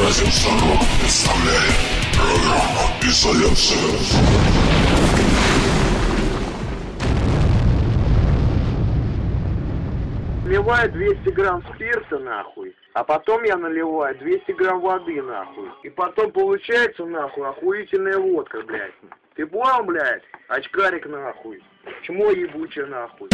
Радиосорок представляет программу «Изоляция». Наливаю 200 грамм спирта, нахуй, а потом я наливаю 200 грамм воды, нахуй. И потом получается, нахуй, охуительная водка, блядь. Ты понял, блядь? Очкарик, нахуй. Чмо ебучее, нахуй.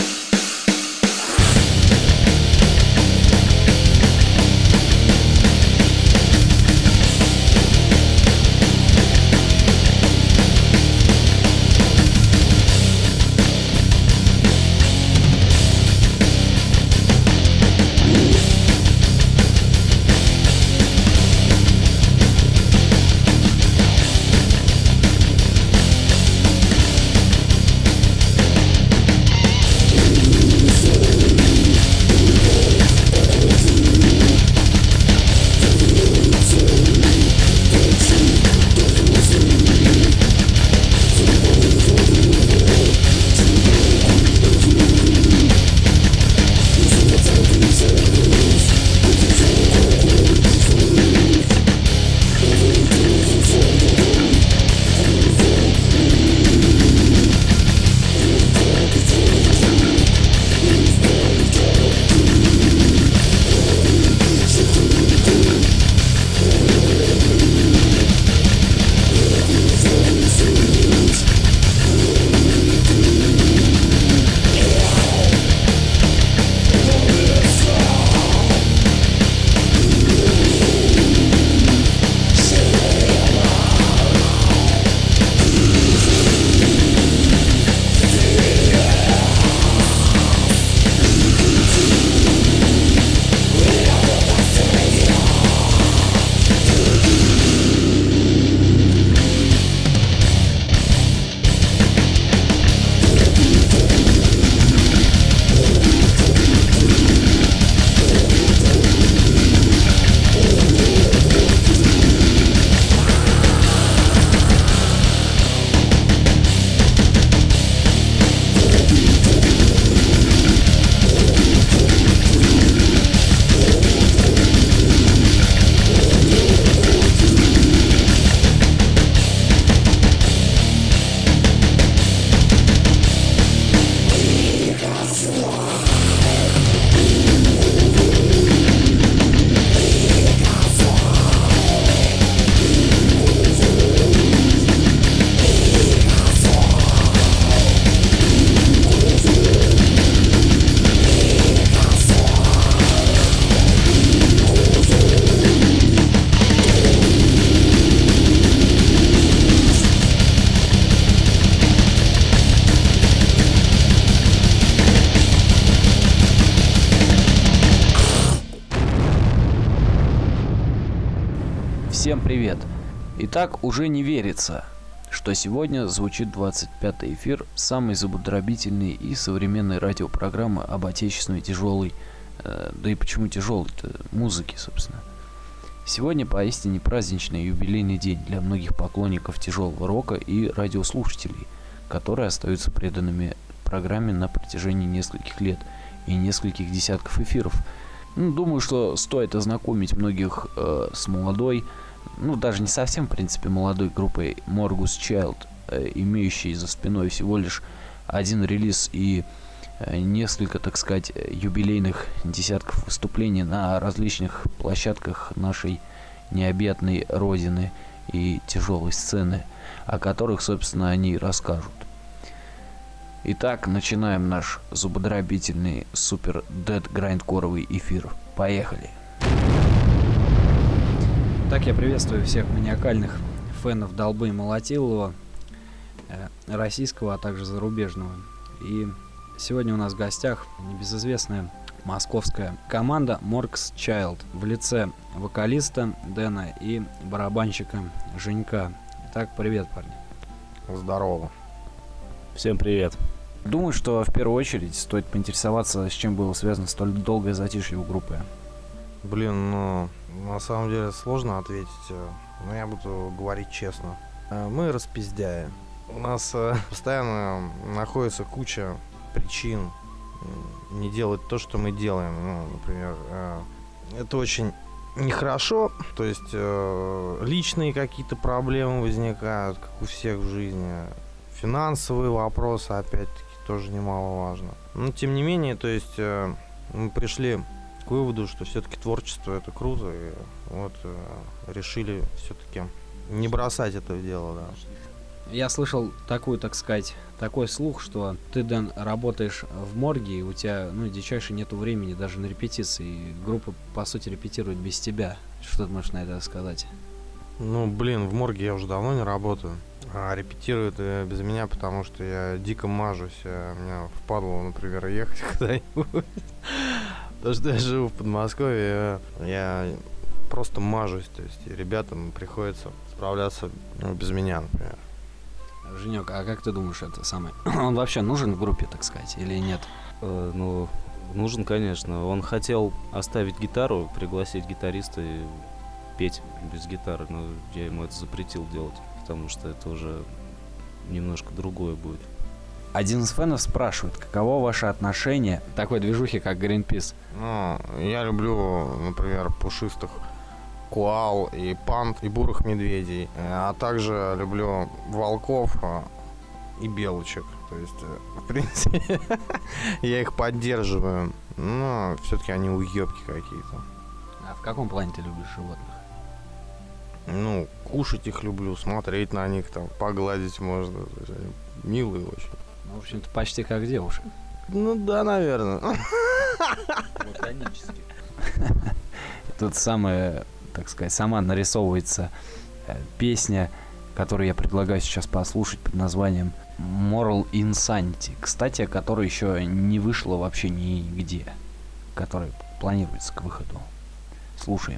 Всем привет! Итак, уже не верится, что сегодня звучит 25-й эфир самой зубодробительной и современной радиопрограммы об отечественной тяжелой, да и почему тяжелой-то, музыке, собственно. Сегодня поистине праздничный юбилейный день для многих поклонников тяжелого рока и радиослушателей, которые остаются преданными программе на протяжении нескольких лет и нескольких десятков эфиров. Думаю, что стоит ознакомить многих с молодой, даже не совсем, в принципе, молодой группой Morgus Child, имеющей за спиной всего лишь один релиз и несколько, так сказать, юбилейных десятков выступлений на различных площадках нашей необъятной родины и тяжелой сцены, о которых, собственно, они и расскажут. Итак, начинаем наш зубодробительный супер дед грайндкоровый эфир. Поехали! Так, я приветствую всех маниакальных фенов Долбы и Молотилова, российского, а также зарубежного. И сегодня у нас в гостях небезызвестная московская команда Morgus Child в лице вокалиста Дэна и барабанщика Женька. Итак, привет, парни. Здорово. Всем привет. Думаю, что в первую очередь стоит поинтересоваться, с чем было связано столь долгое затишье у группы. На самом деле сложно ответить, но я буду говорить честно. Мы распиздяи. У нас постоянно находится куча причин не делать то, что мы делаем. Например, это очень нехорошо. То есть личные какие-то проблемы возникают, как у всех в жизни. Финансовые вопросы, опять-таки, тоже немаловажно. Но, тем не менее, то есть мы пришли к выводу, что все-таки творчество — это круто. И вот решили все-таки не бросать это дело, да. Я слышал такую, так сказать, такой слух, что ты, Дэн, работаешь в морге, и у тебя, дичайше нету времени даже на репетиции. И группа, по сути, репетирует без тебя. Что ты можешь на это сказать? В морге я уже давно не работаю. А репетируют без меня, потому что я дико мажусь. Меня впадло, например, ехать куда-нибудь. Потому что я живу в Подмосковье, я просто мажусь. То есть ребятам приходится справляться без меня, например. Женек, а как ты думаешь, это самое? Он вообще нужен в группе, так сказать, или нет? Нужен, конечно. Он хотел оставить гитару, пригласить гитариста и петь без гитары, но я ему это запретил делать, потому что это уже немножко другое будет. Один из фенов спрашивает, каково ваше отношение к такой движухе, как Greenpeace? Я люблю, например, пушистых коал и панд, и бурых медведей, а также люблю волков и белочек. То есть, в принципе, я их поддерживаю, но все-таки они уебки какие-то. А в каком плане ты любишь животных? Кушать их люблю, смотреть на них, там, погладить можно. То есть они милые очень. В общем-то, почти как девушек. Да, наверное. Платонически. Тут самое, так сказать, сама нарисовывается песня, которую я предлагаю сейчас послушать под названием Moral Insanity. Кстати, которая еще не вышла вообще нигде. Которая планируется к выходу. Слушаем.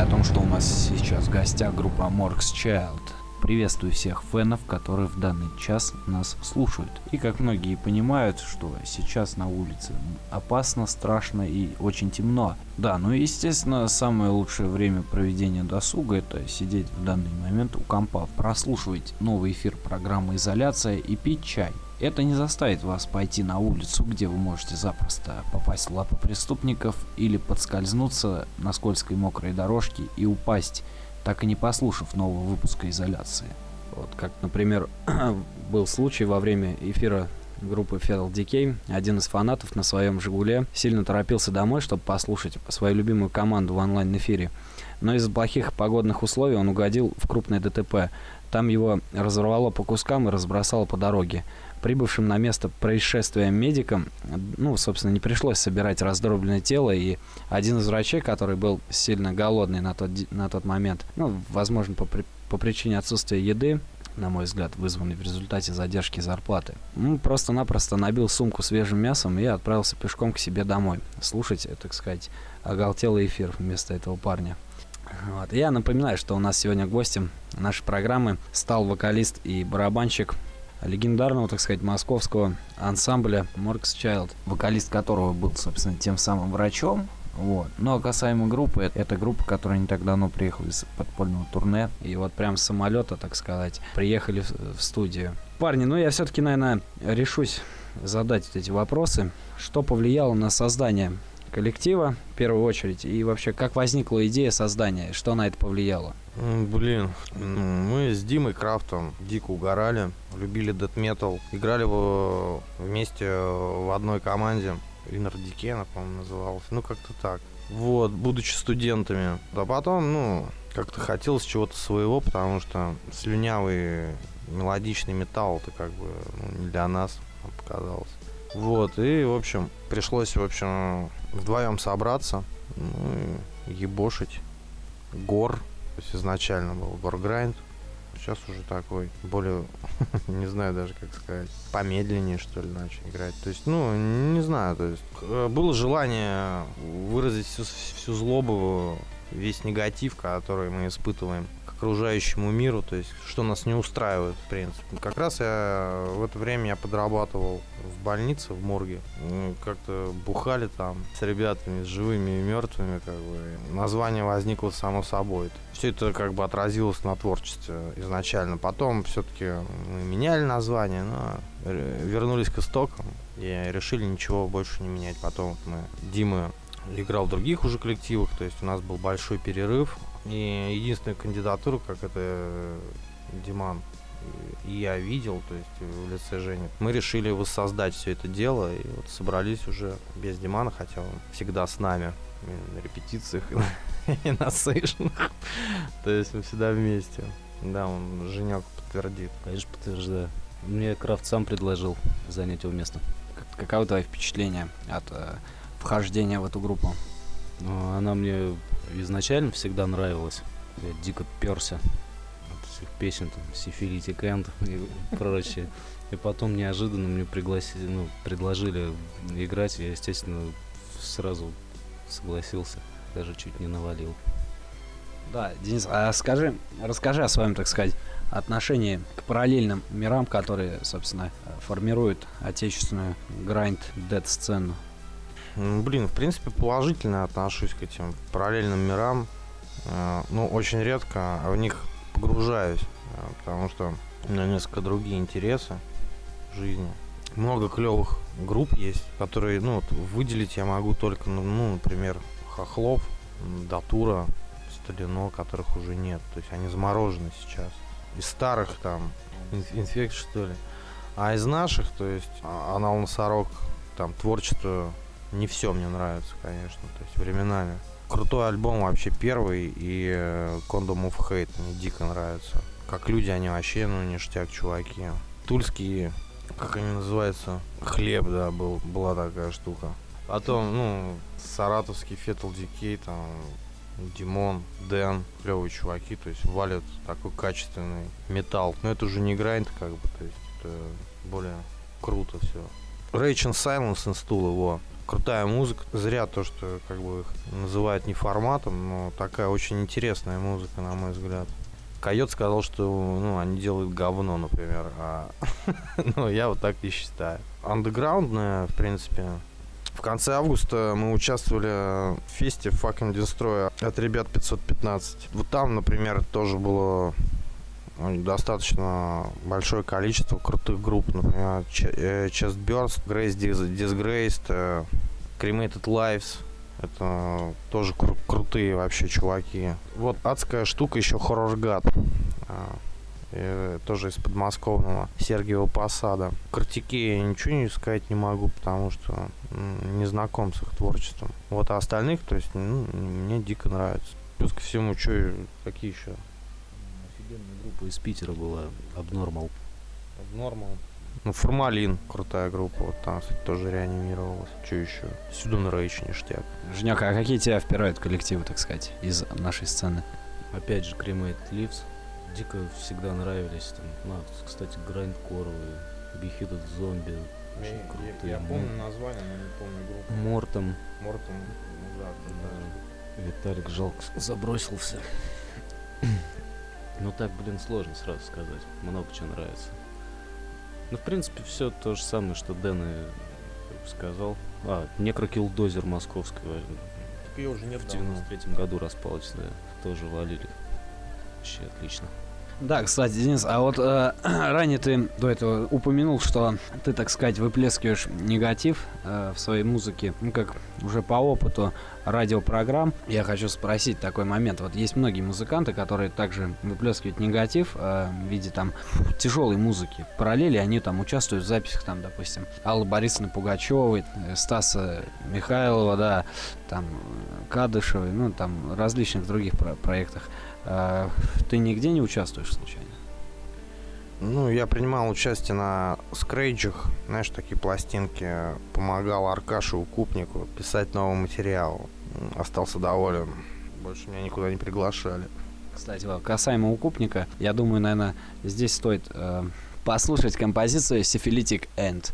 Напоминаю о том, что у нас сейчас в гостях группа Morg's Child. Приветствую всех фенов, которые в данный час нас слушают. И как многие понимают, что сейчас на улице опасно, страшно и очень темно. Да, ну и естественно, самое лучшее время проведения досуга — это сидеть в данный момент у компа, прослушивать новый эфир программы «Изоляция» и пить чай. Это не заставит вас пойти на улицу, где вы можете запросто попасть в лапы преступников или подскользнуться на скользкой мокрой дорожке и упасть, так и не послушав нового выпуска «Изоляции». Вот как, например, был случай во время эфира группы Fatal Decay. Один из фанатов на своем «Жигуле» сильно торопился домой, чтобы послушать свою любимую команду в онлайн-эфире. Но из-за плохих погодных условий он угодил в крупное ДТП. Там его разорвало по кускам и разбросало по дороге. Прибывшим на место происшествия медикам, собственно, не пришлось собирать раздробленное тело, и один из врачей, который был сильно голодный на тот момент, возможно, по причине отсутствия еды, на мой взгляд, вызванной в результате задержки зарплаты, просто-напросто набил сумку свежим мясом и отправился пешком к себе домой, слушать, так сказать, оголтелый эфир вместо этого парня. Вот. Я напоминаю, что у нас сегодня гостем нашей программы стал вокалист и барабанщик легендарного, так сказать, московского ансамбля Morg's Child, вокалист которого был, собственно, тем самым врачом. Вот. Ну а касаемо группы, это группа, которая не так давно приехала из подпольного турне. И вот прям с самолета, так сказать, приехали в студию. Парни, я все-таки, наверное, решусь задать вот эти вопросы. Что повлияло на создание коллектива, в первую очередь, и вообще, как возникла идея создания, что на это повлияло? Мы с Димой Крафтом дико угорали, любили дэт-метал, играли вместе в одной команде, Inner Decay, по-моему, называлась, как-то так. Вот, будучи студентами. А потом, как-то хотелось чего-то своего, потому что слюнявый мелодичный металл, это как бы не для нас показалось. Вот, и, в общем, пришлось, вдвоем собраться, и ебошить гор. То есть изначально был горграйнд, сейчас уже такой более, не знаю даже как сказать, помедленнее, что ли, начал играть. То есть, не знаю, то есть было желание выразить всю злобу, весь негатив, который мы испытываем к окружающему миру, то есть что нас не устраивает, в принципе. Как раз в это время я подрабатывал в больнице, в морге. Мы как-то бухали там с ребятами, с живыми и мертвыми, как бы. Название возникло само собой. Все это как бы отразилось на творчестве изначально. Потом все-таки мы меняли название, но вернулись к истокам и решили ничего больше не менять. Потом Дима играл в других уже коллективах, то есть у нас был большой перерыв. И единственная кандидатура, как это Диман и я видел, то есть в лице Жени, мы решили воссоздать все это дело и вот собрались уже без Димана, хотя он всегда с нами на репетициях и на сейшнах. То есть мы всегда вместе. Да, он Женек подтвердит. Конечно, подтверждаю. Мне Крафт сам предложил занять его место. Каково твое впечатление от вхождения в эту группу? Она мне изначально всегда нравилась. Я дико перся от всех песен, там, Syphilitic End и прочее. И потом неожиданно мне предложили играть, я, естественно, сразу согласился, даже чуть не навалил. Да, Денис, расскажи о своем, так сказать, отношении к параллельным мирам, которые, собственно, формируют отечественную грайнд-дэт-сцену. В принципе, положительно отношусь к этим параллельным мирам. Очень редко в них погружаюсь, потому что у меня несколько другие интересы в жизни. Много клевых групп есть, которые, выделить я могу только, например, Хохлов, Датура, Сталино, которых уже нет. То есть они заморожены сейчас. Из старых там, Инфект, что ли. А из наших, то есть Анал Носорог, там, творчество, не все мне нравится, конечно, то есть временами. Крутой альбом вообще первый, и Condom of Hate мне дико нравится. Как люди, они вообще, ништяк, чуваки. Тульские, как они называются, Хлеб, да, была такая штука. Потом, саратовский Fatal Decay, там, Димон, Дэн, клевые чуваки, то есть валят такой качественный металл. Но это уже не грайнд, как бы, то есть это более круто все. Rage in Silence in Stool, его крутая музыка. Зря то, что как бы их называют не форматом, но такая очень интересная музыка, на мой взгляд. Койот сказал, что они делают говно, например, я вот так не считаю. Андеграундная, в принципе. В конце августа мы участвовали в фесте Fucking Destroy от ребят 515. Вот там, например, тоже было достаточно большое количество крутых групп, например, Chestburst, Grace Disgraced, Cremated Lives. Это тоже крутые вообще чуваки. Вот адская штука еще Horror God. Тоже из подмосковного Сергиева Посада. Критики я ничего не сказать не могу, потому что не знаком с их творчеством. Вот, а остальных, то есть, мне дико нравится. Плюс ко всему, какие еще? Офигенная группа из Питера была, Abnormal. Формалин, крутая группа, вот там, кстати, тоже реанимировалась. Что еще? Сюден Рейч, ништяк. Женек, а какие тебя впирают коллективы, так сказать, из нашей сцены? Опять же, Cremated Leaves. Дико всегда нравились. Кстати, грайндкоровые, Beheaded Zombie. Очень крутые. Я помню название, но не помню группу. Мортом. Да. Виталик жалко забросил все. Так, сложно сразу сказать. Много чего нравится. В принципе, все то же самое, что Дэн и сказал. Некрокилдозер московский. Так ее уже нет в 93-м году распалась, да. Тоже валили. Вообще отлично. Да, кстати, Денис, а вот ранее ты до этого упомянул, что ты, так сказать, выплескиваешь негатив в своей музыке, как уже по опыту радиопрограмм. Я хочу спросить такой момент. Вот есть многие музыканты, которые также выплескивают негатив в виде там тяжелой музыки. В параллели они там участвуют в записях, там, допустим, Аллы Борисовны Пугачевой, Стаса Михайлова, да, там, Кадышевой, там, различных других проектах. Ты нигде не участвуешь случайно? Я принимал участие на скрейджах, знаешь, такие пластинки. Помогал Аркаше Укупнику писать новый материал. Остался доволен. Больше меня никуда не приглашали. Кстати, касаемо Укупника, я думаю, наверное, здесь стоит послушать композицию Syphilitic End.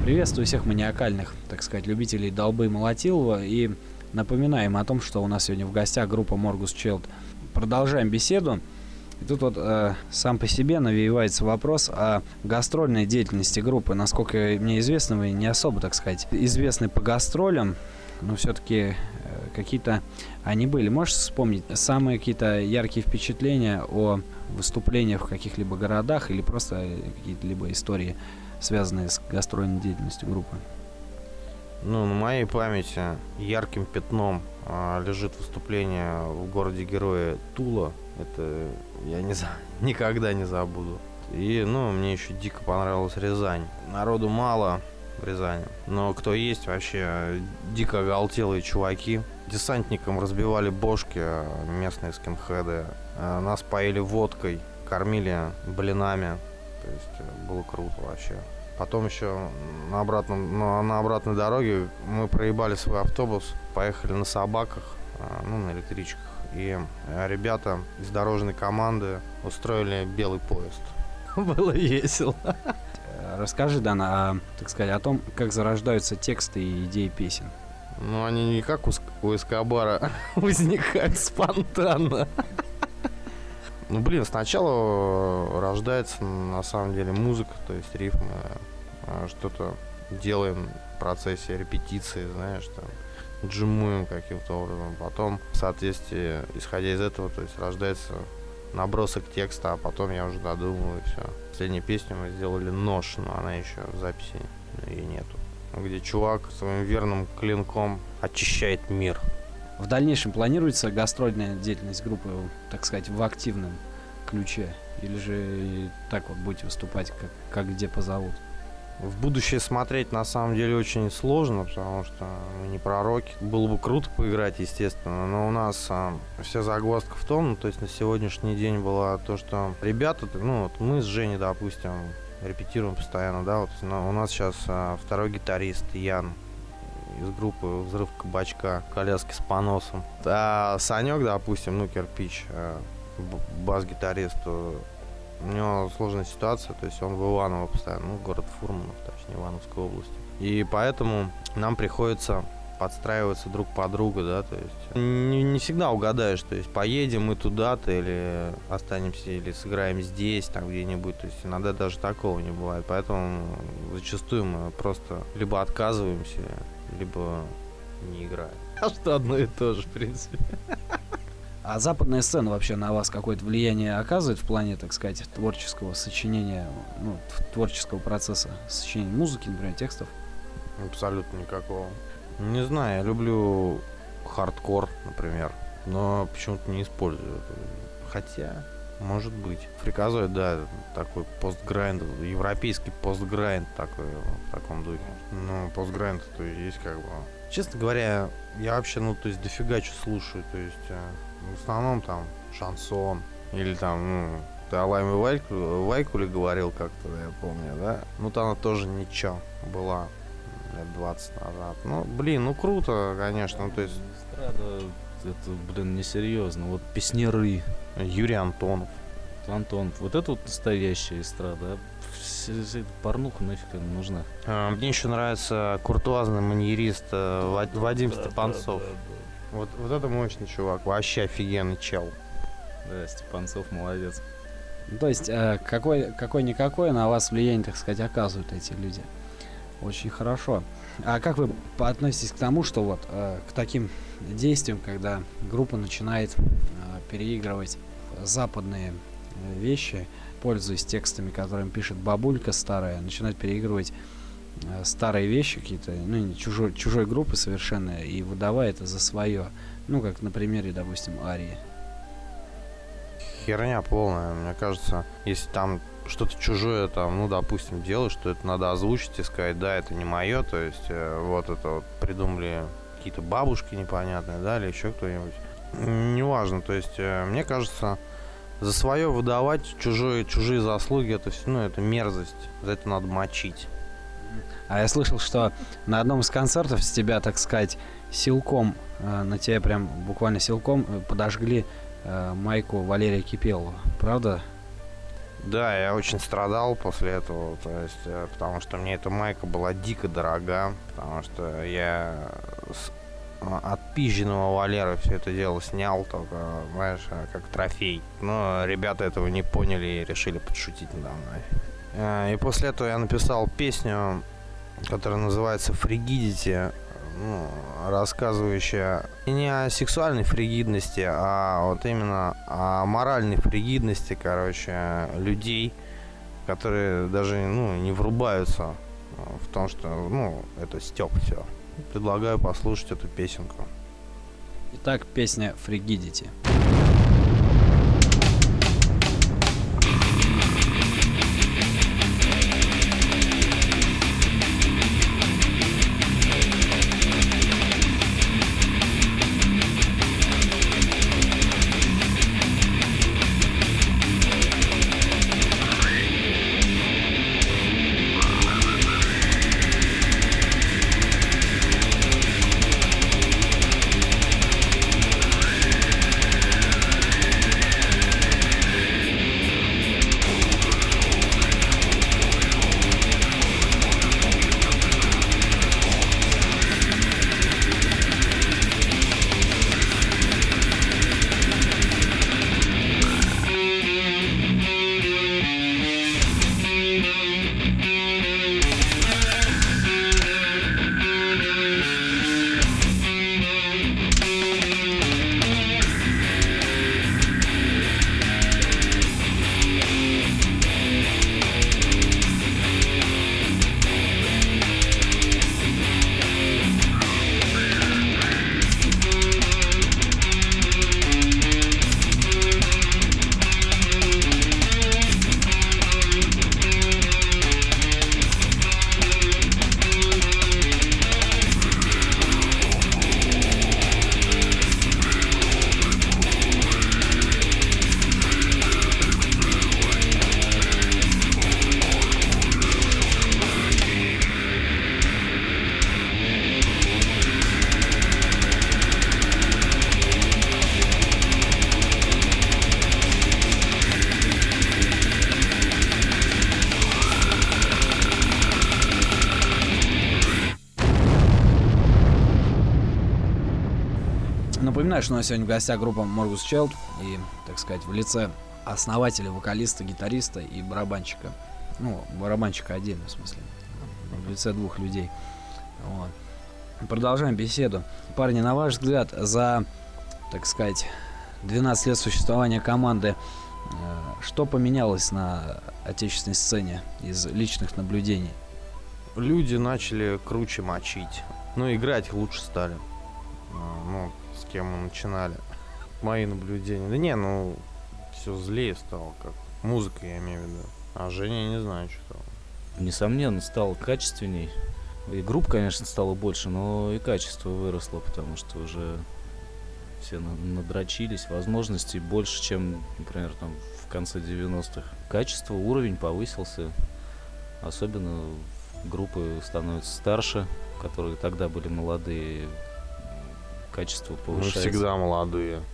Приветствую всех маниакальных, так сказать, любителей Долбы и Молотилова и напоминаем о том, что у нас сегодня в гостях группа Morgus Child. Продолжаем беседу. И тут вот сам по себе навеивается вопрос о гастрольной деятельности группы. Насколько мне известно, вы не особо, так сказать, известны по гастролям, но все-таки какие-то они были. Можешь вспомнить самые какие-то яркие впечатления о выступлениях в каких-либо городах или просто какие-либо истории, связанные с гастрольной деятельностью группы? Ну, на моей памяти ярким пятном лежит выступление в городе-герое Тула. Это я никогда не забуду. И, мне еще дико понравилась Рязань. Народу мало в Рязани, но кто есть, вообще дико оголтелые чуваки. Десантникам разбивали бошки местные скинхеды. Нас поили водкой, кормили блинами. То есть было круто вообще. Потом еще на обратной дороге мы проебали свой автобус, поехали на собаках, на электричках. И ребята из дорожной команды устроили белый поезд. Было весело. Расскажи, Дана, так сказать, о том, как зарождаются тексты и идеи песен. Они не как у Эскобара возникают спонтанно. Сначала рождается на самом деле музыка, то есть рифмы. Что-то делаем в процессе репетиции, знаешь, там, джимуем каким-то образом. Потом, в соответствии, исходя из этого, то есть рождается набросок текста, а потом я уже додумываю и все. Последнюю песню мы сделали «Нож», но она еще в записи ее нету. Где чувак своим верным клинком очищает мир. В дальнейшем планируется гастрольная деятельность группы, так сказать, в активном ключе? Или же так вот будете выступать, как где позовут? В будущее смотреть на самом деле очень сложно, потому что мы не пророки. Было бы круто поиграть, естественно, но у нас вся загвоздка в том, то есть на сегодняшний день была то, что ребята, мы с Женей, допустим, репетируем постоянно, да, у нас сейчас второй гитарист Ян из группы «Взрыв кабачка», коляски с поносом. А Санек, допустим, кирпич, бас-гитарист, у него сложная ситуация, то есть он в Иваново постоянно, город Фурманов, точнее, Ивановской области. И поэтому нам приходится подстраиваться друг под друга, да, то есть не всегда угадаешь, то есть поедем мы туда-то или останемся, или сыграем здесь, там где-нибудь, то есть иногда даже такого не бывает, поэтому зачастую мы просто либо отказываемся, либо не играем. А что одно и то же, в принципе. А западная сцена вообще на вас какое-то влияние оказывает в плане, так сказать, творческого сочинения, творческого процесса сочинения музыки, например, текстов? Абсолютно никакого. Не знаю, я люблю хардкор, например, но почему-то не использую это. Хотя, может быть. Фриказоид, да, такой постграйнд, европейский постграйнд такой, в таком духе. Постграйнд то есть как бы... Честно говоря, я вообще, то есть дофига что слушаю, то есть в основном там шансон или там, ты о Лайме Вайкуле говорил как-то, я помню, да? Там она тоже ничего была лет 20 назад. Круто, конечно, то есть... Эстрада, это, несерьезно. Песняры. Юрий Антонов. Вот это настоящая эстрада. Порнуха нафиг не нужна. Мне еще нравится куртуазный маньерист Вадим Степанцов. Да. Вот это мощный чувак, вообще офигенный чел. Да, Степанцов молодец. То есть какое-никакое на вас влияние, так сказать, оказывают эти люди. Очень хорошо. А как вы относитесь к тому, что к таким действиям, когда группа начинает переигрывать западные вещи, пользуясь текстами, которыми пишет бабулька старая, начинает переигрывать старые вещи какие-то, чужой группы совершенно, и выдавая это за свое. Как на примере, допустим, Арии. Херня полная. Мне кажется, если там что-то чужое, допустим, делаешь, что это надо озвучить и сказать, да, это не мое, то есть это придумали какие-то бабушки непонятные, да, или еще кто-нибудь. Неважно, то есть мне кажется, за свое выдавать чужие заслуги, это все, это мерзость, за это надо мочить. А я слышал, что на одном из концертов с тебя, так сказать, силком, на тебя прям буквально силком подожгли майку Валерия Кипелова. Правда? Да, я очень страдал после этого, то есть, потому что мне эта майка была дико дорога, потому что я от пизженного Валеры все это дело снял, только, знаешь, как трофей. Но ребята этого не поняли и решили подшутить надо мной. И после этого я написал песню, которая называется «Фригидити», рассказывающая не о сексуальной фригидности, а вот именно о моральной фригидности, короче, людей, которые даже, не врубаются в том, что, это стёб все. Предлагаю послушать эту песенку. Итак, песня «Фригидити». Напоминаю, что у нас сегодня в гостях группа Morgus Child и, так сказать, в лице основателя, вокалиста, гитариста и барабанщика. Барабанщика отдельно, в смысле. В лице двух людей. Вот. Продолжаем беседу. Парни, на ваш взгляд, за, так сказать, 12 лет существования команды, что поменялось на отечественной сцене из личных наблюдений? Люди начали круче мочить. Играть лучше стали. С кем мы начинали. Мои наблюдения. Да все злее стало, как музыка, я имею в виду. А Женя, не знаю, что там. Несомненно, стало качественней. И групп, конечно, стало больше, но и качество выросло, потому что уже все надрочились, возможностей больше, чем, например, там в конце 90-х. Качество, уровень повысился. Особенно группы становятся старше, которые тогда были молодые. Качество повышается. Мы всегда молодые.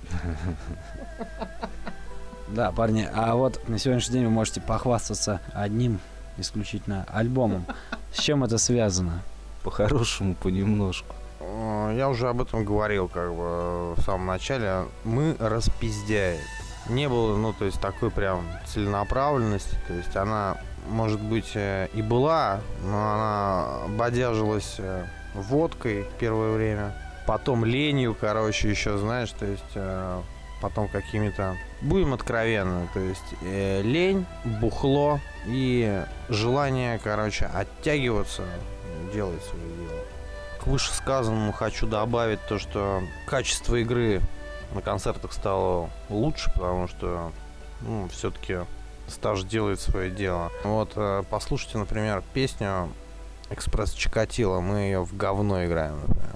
Да, парни, а вот на сегодняшний день вы можете похвастаться одним исключительно альбомом. С чем это связано? По-хорошему, понемножку. Я уже об этом говорил, в самом начале. Мы распиздяи. Не было, такой прям целенаправленности. То есть она, может быть, и была, но она бодяжилась водкой первое время. Потом ленью, еще, знаешь, то есть потом какими-то... Будем откровенны, то есть лень, бухло и желание, оттягиваться, делать свое дело. К вышесказанному хочу добавить то, что качество игры на концертах стало лучше, потому что, все-таки стаж делает свое дело. Вот, послушайте, например, песню «Экспресс Чикатило», мы ее в говно играем, например.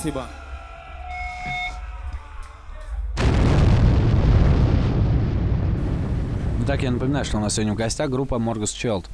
Спасибо. Итак, я напоминаю, что у нас сегодня в гостях группа Morgus Child.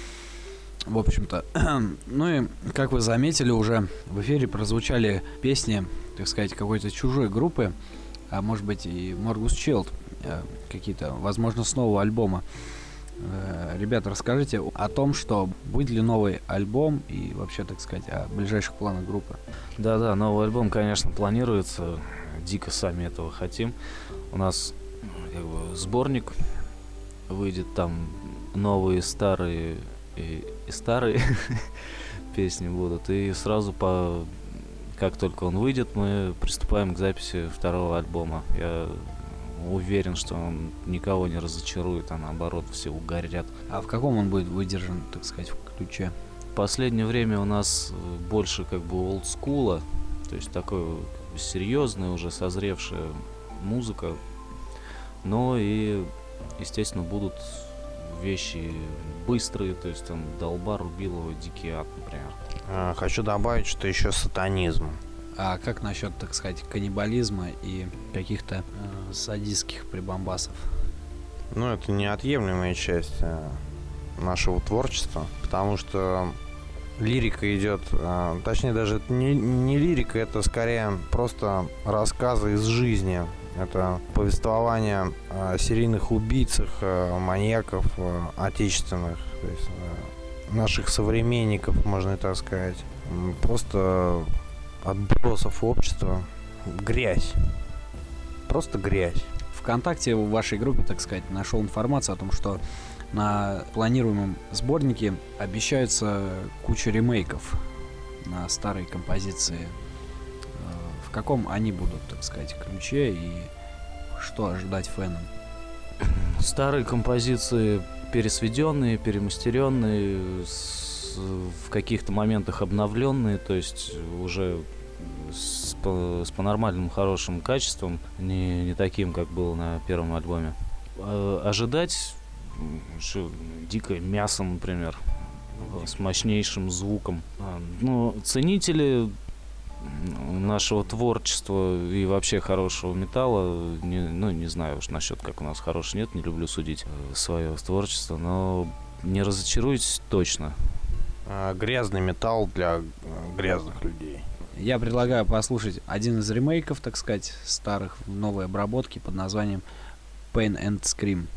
В общем-то, ну и, как вы заметили, уже в эфире прозвучали песни, так сказать, какой-то чужой группы, а может быть и Morgus Child, какие-то, возможно, с нового альбома. Ребята, расскажите о том, что будет ли новый альбом и вообще, так сказать, о ближайших планах группы. Да, новый альбом, конечно, планируется. Дико сами этого хотим. У нас как бы сборник выйдет, там новые, старые и старые песни будут. И сразу как только он выйдет, мы приступаем к записи второго альбома. Я уверен, что он никого не разочарует, а наоборот все угорят. А в каком он будет выдержан, так сказать, в ключе? В последнее время у нас больше как бы олдскула, то есть такой как бы серьезная, уже созревшая музыка. Но и, естественно, будут вещи быстрые, то есть там Долба, Рубилова, Дикий Ад, например. Хочу добавить, что еще сатанизм. А как насчет, так сказать, каннибализма и каких-то садистских прибамбасов? Ну, это неотъемлемая часть нашего творчества, потому что лирика идет, точнее даже это не лирика, это скорее просто рассказы из жизни. Это повествование о серийных убийцах, маньяков отечественных, то есть наших современников, можно и так сказать. Просто отбросов общества. Грязь. Просто грязь. ВКонтакте в вашей группе, так сказать, нашел информацию о том, что на планируемом сборнике обещаются куча ремейков на старые композиции. В каком они будут, так сказать, ключе и что ожидать фэнам? Старые композиции пересведенные, перемастеренные, в каких-то моментах обновленные, то есть уже с по-нормальным хорошим качеством, не таким, как было на первом альбоме. Ожидать дикое мясо, например, с мощнейшим звуком. Ну, ценители нашего творчества и вообще хорошего металла, не знаю уж насчет, как у нас хороший, нет, не люблю судить свое творчество, но не разочаруйтесь точно. Грязный металл для грязных людей. Я предлагаю послушать один из ремейков, так сказать, старых в новой обработке под названием Pain and Scream.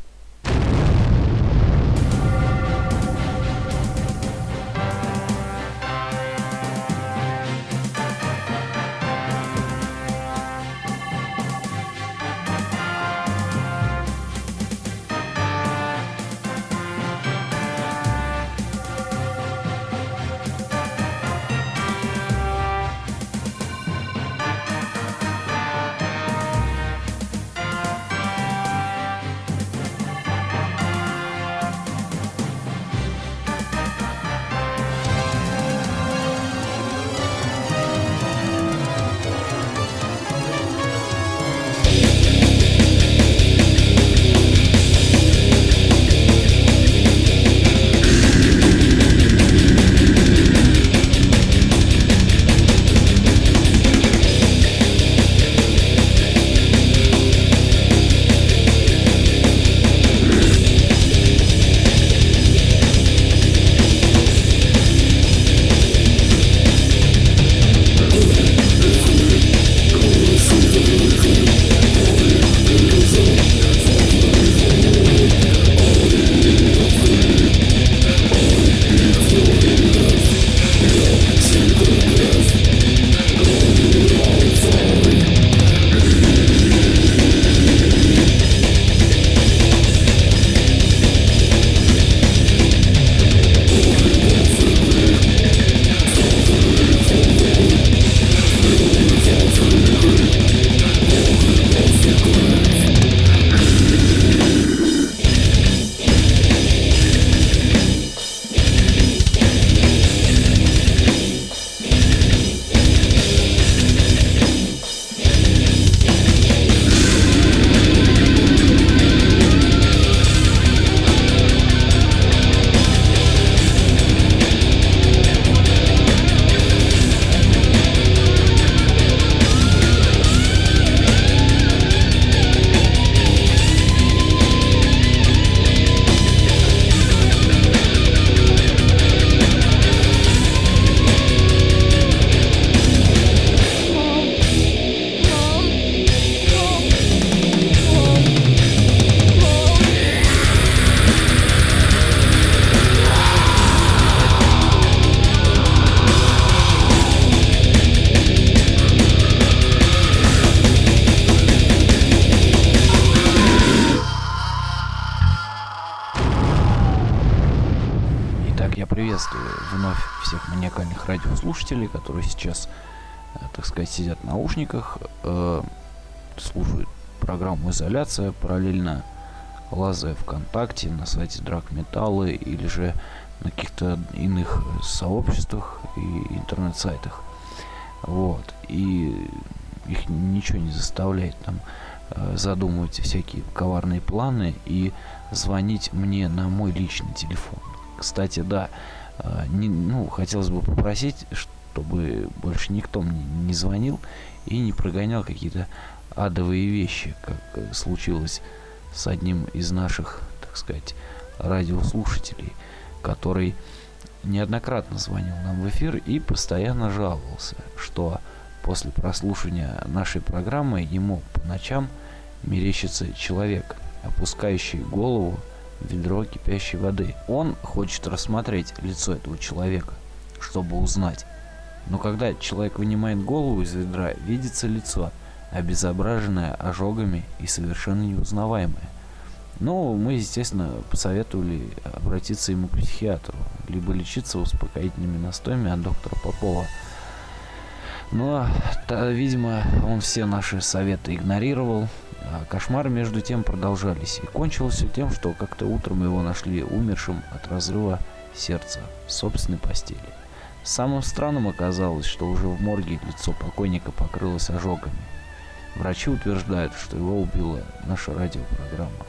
приветствую вновь всех маниакальных радиослушателей, которые сейчас, так сказать, сидят в наушниках, слушают программу «Изоляция», параллельно лазая ВКонтакте, на сайте Драгметаллы или же на каких-то иных сообществах и интернет-сайтах. Вот. И их ничего не заставляет там задумывать всякие коварные планы и звонить мне на мой личный телефон. Кстати, да, хотелось бы попросить, чтобы больше никто мне не звонил и не прогонял какие-то адовые вещи, как случилось с одним из наших, так сказать, радиослушателей, который неоднократно звонил нам в эфир и постоянно жаловался, что после прослушивания нашей программы ему по ночам мерещится человек, опускающий голову в ведро кипящей воды. Он хочет рассмотреть лицо этого человека, чтобы узнать. Но когда человек вынимает голову из ведра, видится лицо, обезображенное ожогами и совершенно неузнаваемое. Но мы, естественно, посоветовали обратиться ему к психиатру, либо лечиться успокоительными настоями от доктора Попова. Но, видимо, он все наши советы игнорировал, а кошмары между тем продолжались. И кончилось все тем, что как-то утром его нашли умершим от разрыва сердца в собственной постели. Самым странным оказалось, что уже в морге лицо покойника покрылось ожогами. Врачи утверждают, что его убила наша радиопрограмма.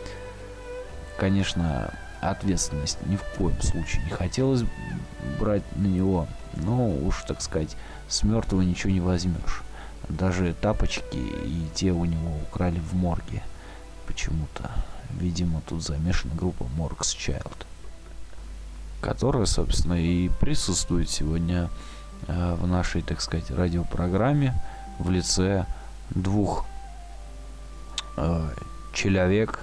Конечно, ответственность ни в коем случае не хотелось брать на него, но уж, так сказать, с мертвого ничего не возьмешь. Даже тапочки и те у него украли в морге. Почему-то. Видимо, тут замешана группа Morg's Child, которая, собственно, и присутствует сегодня в нашей, так сказать, радиопрограмме в лице двух человек.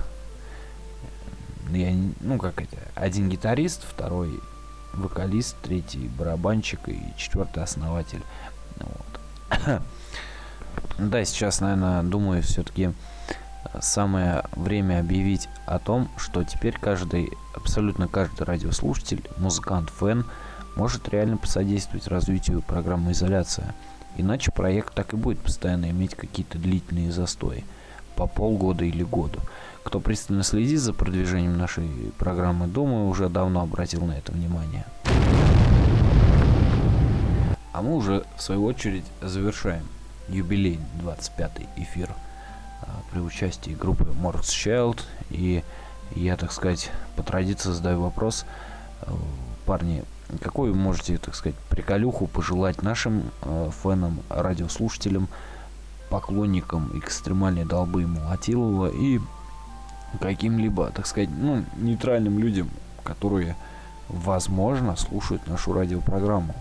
Один гитарист, второй вокалист, третий барабанщик и четвертый основатель. Вот. Да, сейчас, наверное, думаю, все-таки самое время объявить о том, что теперь абсолютно каждый радиослушатель, музыкант, фэн может реально посодействовать развитию программы «Изоляция». Иначе проект так и будет постоянно иметь какие-то длительные застои по полгода или году. Кто пристально следит за продвижением нашей программы, думаю, уже давно обратил на это внимание. А мы уже, в свою очередь, завершаем юбилейный 25-й эфир при участии группы Morg's Child. И я, так сказать, по традиции задаю вопрос. Парни, какой вы можете, так сказать, приколюху пожелать нашим фэнам, радиослушателям, поклонникам экстремальной долбы Молотилова и каким-либо, так сказать, нейтральным людям, которые, возможно, слушают нашу радиопрограмму?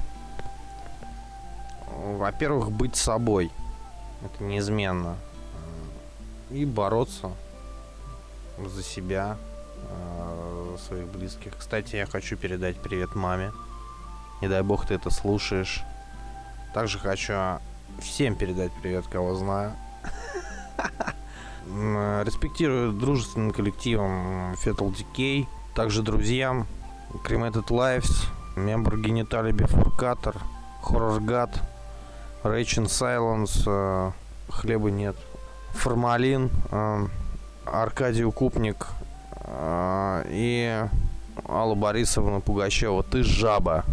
Во-первых, быть собой. Это неизменно. И бороться за себя, за своих близких. Кстати, я хочу передать привет маме. Не дай бог ты это слушаешь. Также хочу всем передать привет, кого знаю. Респектирую дружественным коллективам Fatal Decay. Также друзьям Cremated Lives, Member Genitalia Bifurcator, Horror God, Rage in Silence, Хлеба нет, Формалин, Аркадий Укупник и Алла Борисовна Пугачева. Ты жаба.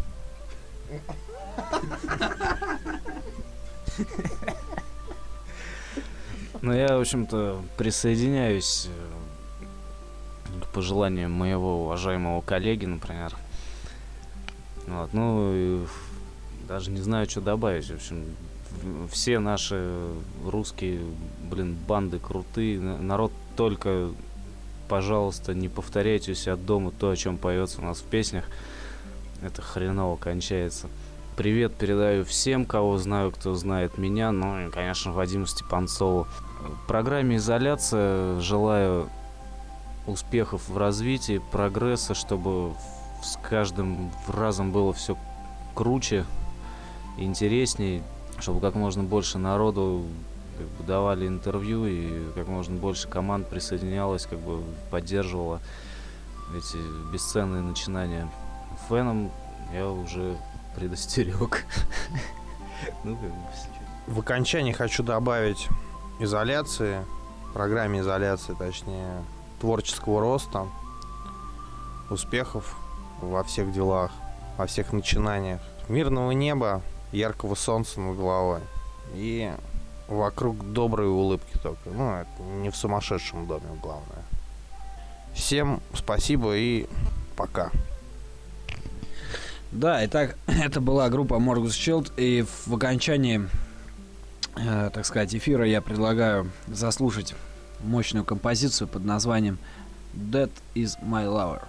Ну, я, в общем-то, присоединяюсь к пожеланиям моего уважаемого коллеги, например. Вот, и даже не знаю, что добавить. В общем, все наши русские, банды крутые. Народ, только, пожалуйста, не повторяйте у себя дома то, о чем поется у нас в песнях. Это хреново кончается. Привет передаю всем, кого знаю, кто знает меня, и, конечно, Вадиму Степанцову. В программе «Изоляция» желаю успехов в развитии, прогресса, чтобы с каждым разом было все круче, интереснее, чтобы как можно больше народу давали интервью и как можно больше команд присоединялось, поддерживало эти бесценные начинания Феном я уже предостерег. Ну, как бы, В окончании хочу добавить изоляции, программе изоляции, точнее, творческого роста, успехов во всех делах, во всех начинаниях, мирного неба, яркого солнца над головой и вокруг добрые улыбки только. Ну, это не в сумасшедшем доме, главное. Всем спасибо и пока. Да, итак, это была группа Morgus Shield, и в окончании, так сказать, эфира я предлагаю заслушать мощную композицию под названием That Is My Lover.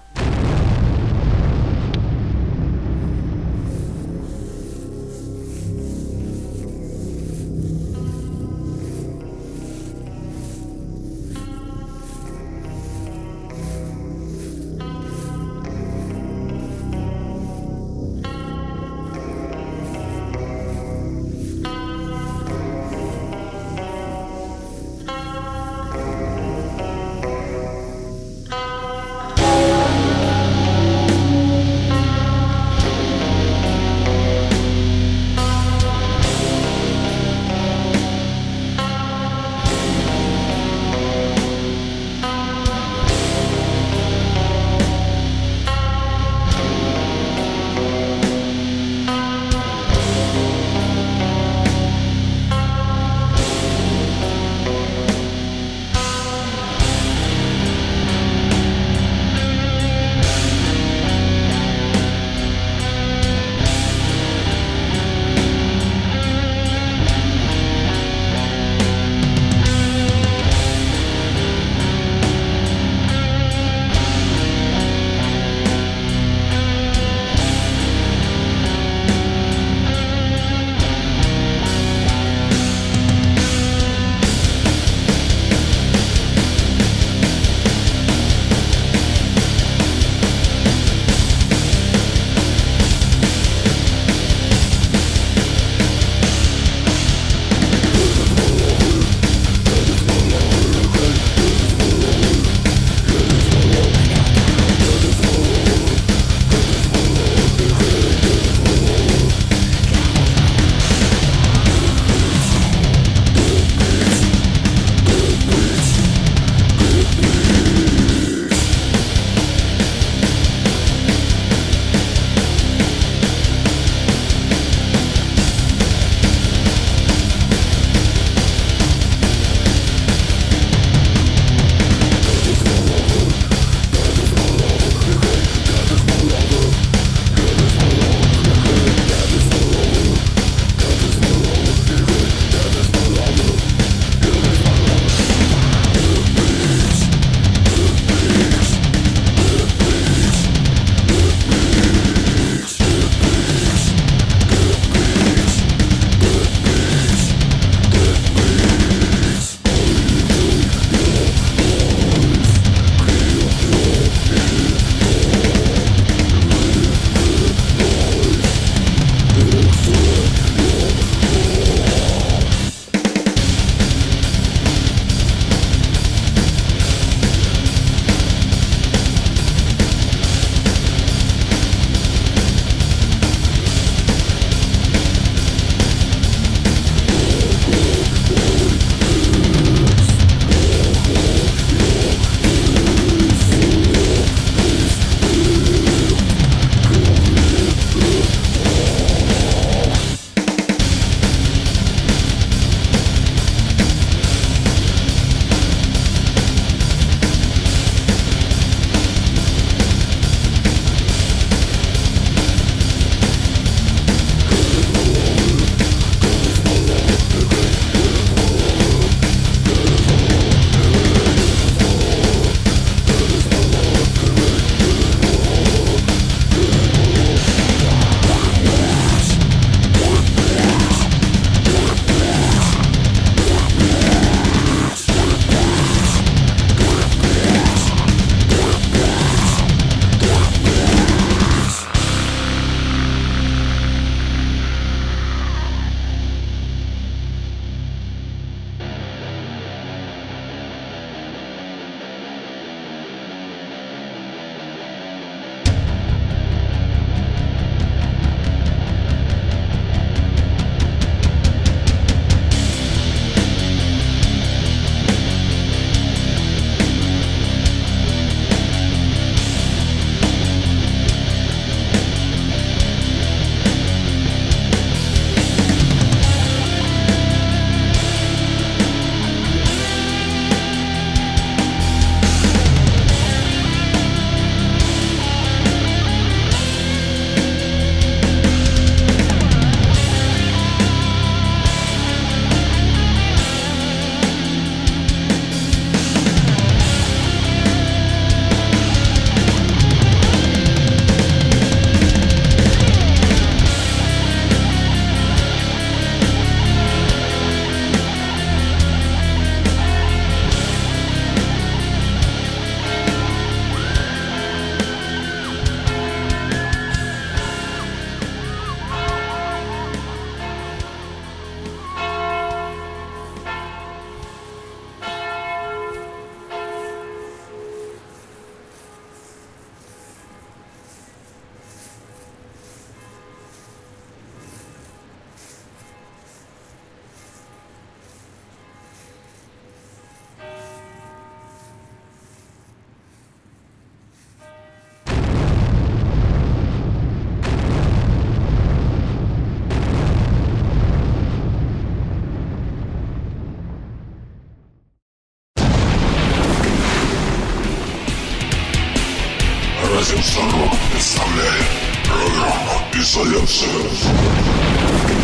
Радио Сорок представляет программу «Изоляция».